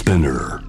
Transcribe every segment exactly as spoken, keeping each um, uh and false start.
Spinner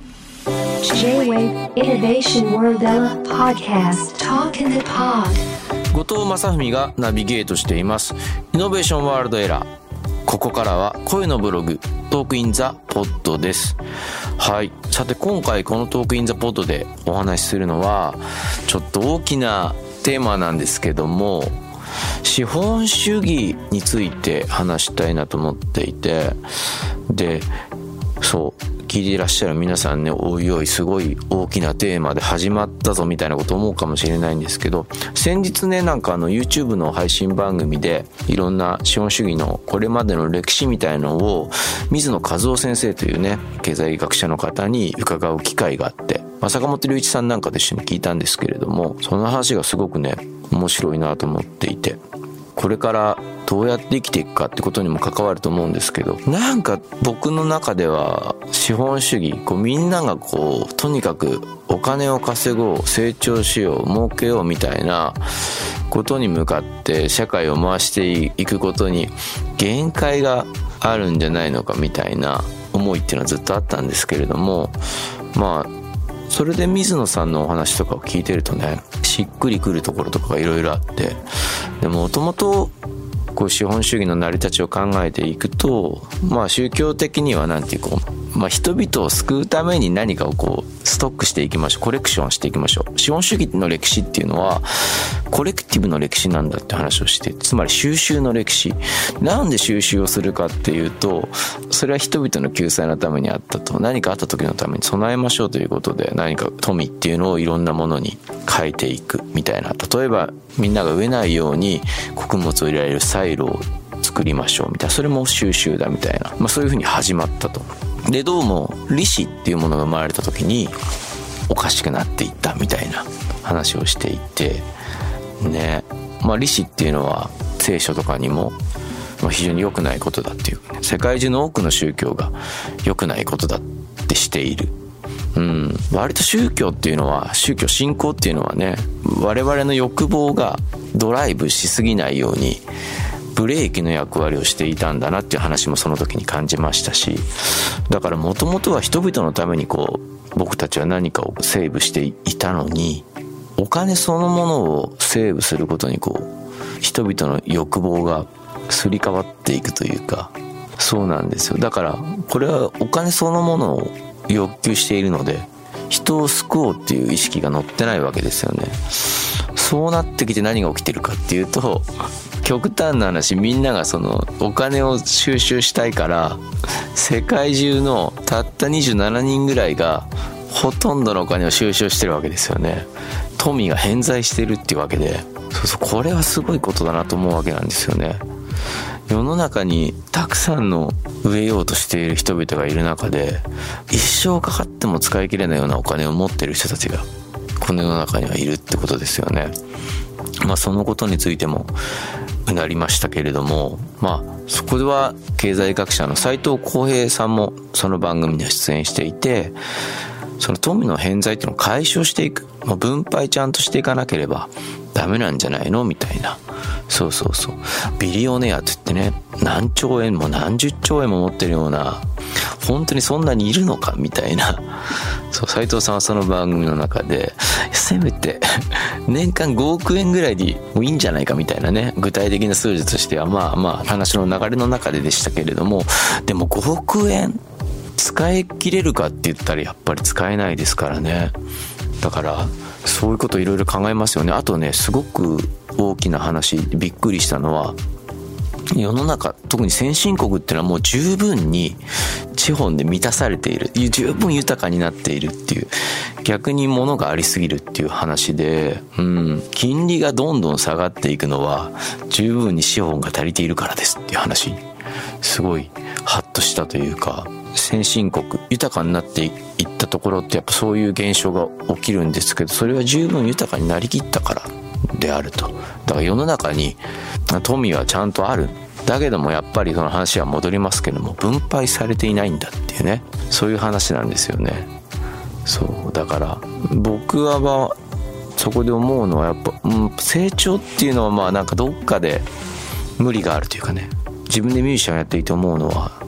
J-Wave Innovation World Ella Podcast Talk in the Pod。 後藤正文がナビゲートしていますイノベーションワールドエラー。ここからは声のブログトークインザポッドです。はい、さて今回このトークインザポッドでお話しするのはちょっと大きなテーマなんですけども、資本主義について話したいなと思っていて、でそう聞いていらっしゃる皆さんね、おいおいすごい大きなテーマで始まったぞみたいなこと思うかもしれないんですけど、先日ねなんかあの YouTube の配信番組でいろんな資本主義のこれまでの歴史みたいのを水野和夫先生というね経済学者の方に伺う機会があって、まあ、坂本龍一さんなんかと一緒に聞いたんですけれども、その話がすごくね面白いなと思っていて、これからどうやって生きていくかってことにも関わると思うんですけど、なんか僕の中では資本主義、こうみんながこうとにかくお金を稼ごう、成長しよう、儲けようみたいなことに向かって社会を回していくことに限界があるんじゃないのかみたいな思いっていうのはずっとあったんですけれども、まあそれで水野さんのお話とかを聞いてるとね、しっくりくるところとかがいろいろあって、でもともとこう資本主義の成り立ちを考えていくと、まあ宗教的にはなんていうこう、まあ人々を救うために何かをこうストックしていきましょう、コレクションしていきましょう。資本主義の歴史っていうのはコレクティブの歴史なんだって話をして、つまり収集の歴史。なんで収集をするかっていうと、それは人々の救済のためにあったと、何かあった時のために備えましょうということで、何か富っていうのをいろんなものに変えていくみたいな、例えばみんなが飢えないように穀物を入れられるサイロを作りましょうみたいな、それも収集だみたいな、まあ、そういうふうに始まったと。でどうも利子っていうものが生まれた時におかしくなっていったみたいな話をしていてね、まあ利子っていうのは聖書とかにも非常に良くないことだっていうかね、世界中の多くの宗教が良くないことだってしている。うん、割と宗教っていうのは、宗教信仰っていうのはね、我々の欲望がドライブしすぎないようにブレーキの役割をしていたんだなっていう話もその時に感じましたし、だからもともとは人々のためにこう僕たちは何かをセーブしていたのに、お金そのものをセーブすることにこう人々の欲望がすり替わっていくというか、そうなんですよ。だからこれはお金そのものを欲求しているので、人を救おうっていう意識が乗ってないわけですよね。そうなってきて何が起きてるかっていうと、極端な話、みんながそのお金を収集したいから世界中のたったにじゅうななにんぐらいがほとんどのお金を収集してるわけですよね。富が偏在してるっていうわけで、そうそう、これはすごいことだなと思うわけなんですよね。世の中にたくさんの飢えようとしている人々がいる中で、一生かかっても使い切れないようなお金を持っている人たちがこの世の中にはいるってことですよね。まあそのことについてもうなりましたけれども、まあそこでは経済学者の斉藤浩平さんもその番組には出演していて、その富の偏在っていうのを解消していく、まあ、分配ちゃんとしていかなければダメなんじゃないのみたいな。そうそうそう、ビリオネアって言ってね、何兆円も何十兆円も持ってるような、本当にそんなにいるのかみたいな。そう、斉藤さんはその番組の中でせめて年間ごおくえんぐらいでもいいんじゃないかみたいなね、具体的な数字としてはまあまあ話の流れの中ででしたけれども、でもごおくえん使い切れるかって言ったらやっぱり使えないですからね。だからそういうこといろいろ考えますよね。あとね、すごく大きな話、びっくりしたのは、世の中特に先進国っていうのはもう十分に資本で満たされている、十分豊かになっているっていう、逆に物がありすぎるっていう話で、うん、金利がどんどん下がっていくのは十分に資本が足りているからですっていう話、すごいハッとしたというか、先進国豊かになっていったところってやっぱそういう現象が起きるんですけど、それは十分豊かになりきったからであると。だから世の中に富はちゃんとある、だけどもやっぱりその話は戻りますけども、分配されていないんだっていうね、そういう話なんですよね。そうだから僕はまあそこで思うのはやっぱ、うん、成長っていうのはまあなんかどっかで無理があるというかね、自分でミュージシャンやっていて思うのは、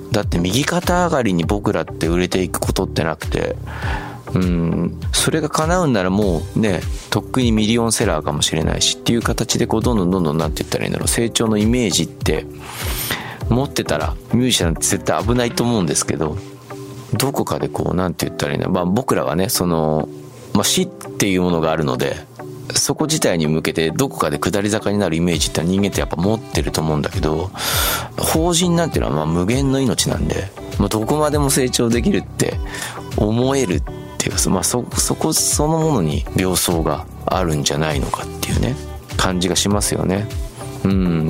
だって右肩上がりに僕らって売れていくことってなくて、うん、それが叶うんならもうね、とっくにミリオンセラーかもしれないしっていう形でこうどんどんどんどんなんて言ったらいいんだろう、成長のイメージって持ってたらミュージシャンって絶対危ないと思うんですけど、どこかでこうなんて言ったらいいんだろう、まあ僕らはね、その、まあ、死っていうものがあるので、そこ自体に向けてどこかで下り坂になるイメージって人間ってやっぱ持ってると思うんだけど、法人なんていうのはまあ無限の命なんで、まあ、どこまでも成長できるって思えるっていうか、まあ、そ, そこそのものに病巣があるんじゃないのかっていうね感じがしますよね。うん、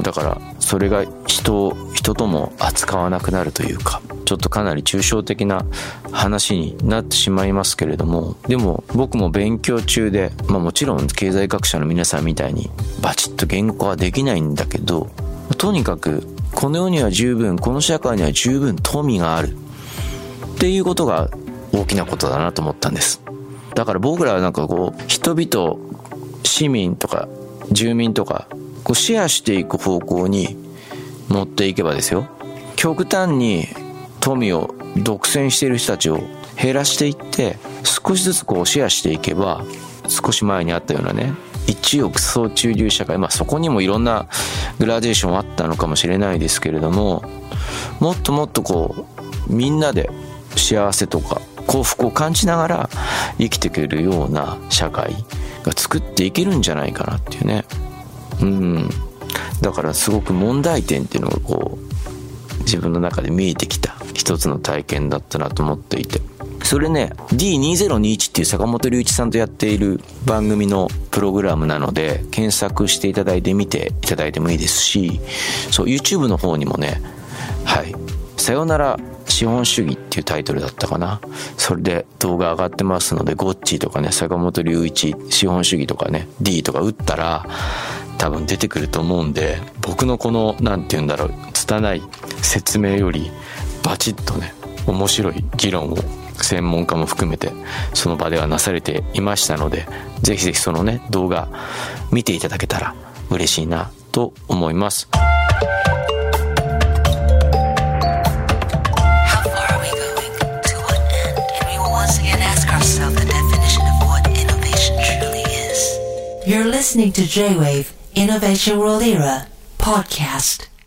だからそれが人を人とも扱わなくなるというか、ちょっとかなり抽象的な話になってしまいますけれども、でも僕も勉強中で、まあもちろん経済学者の皆さんみたいにバチッと言語はできないんだけど、とにかくこの世には十分、この社会には十分富があるっていうことが大きなことだなと思ったんです。だから僕らはなんかこう人々、市民とか住民とかこうシェアしていく方向に持っていけばですよ、極端に富を独占している人たちを減らしていって少しずつこうシェアしていけば、少し前にあったようなね一億総中流社会、まあそこにもいろんなグラデーションあったのかもしれないですけれども、もっともっとこうみんなで幸せとか幸福を感じながら生きていけるような社会が作っていけるんじゃないかなっていうね。うん、だからすごく問題点っていうのがこう自分の中で見えてきた一つの体験だったなと思っていて、それね ディーにせんにじゅういち っていう坂本龍一さんとやっている番組のプログラムなので、検索していただいてみていただいてもいいですし、そう YouTube の方にもね、はいさよなら資本主義っていうタイトルだったかな、それで動画上がってますので、ゴッチーとかね坂本龍一資本主義とかね D とか打ったら多分出てくると思うんで、僕のこのなんて言うんだろう拙い説明よりバチッとね面白い議論を専門家も含めてその場ではなされていましたので、ぜひぜひそのね動画見ていただけたら嬉しいなと思います。 You're listening to J-Wave Innovation World Era podcast.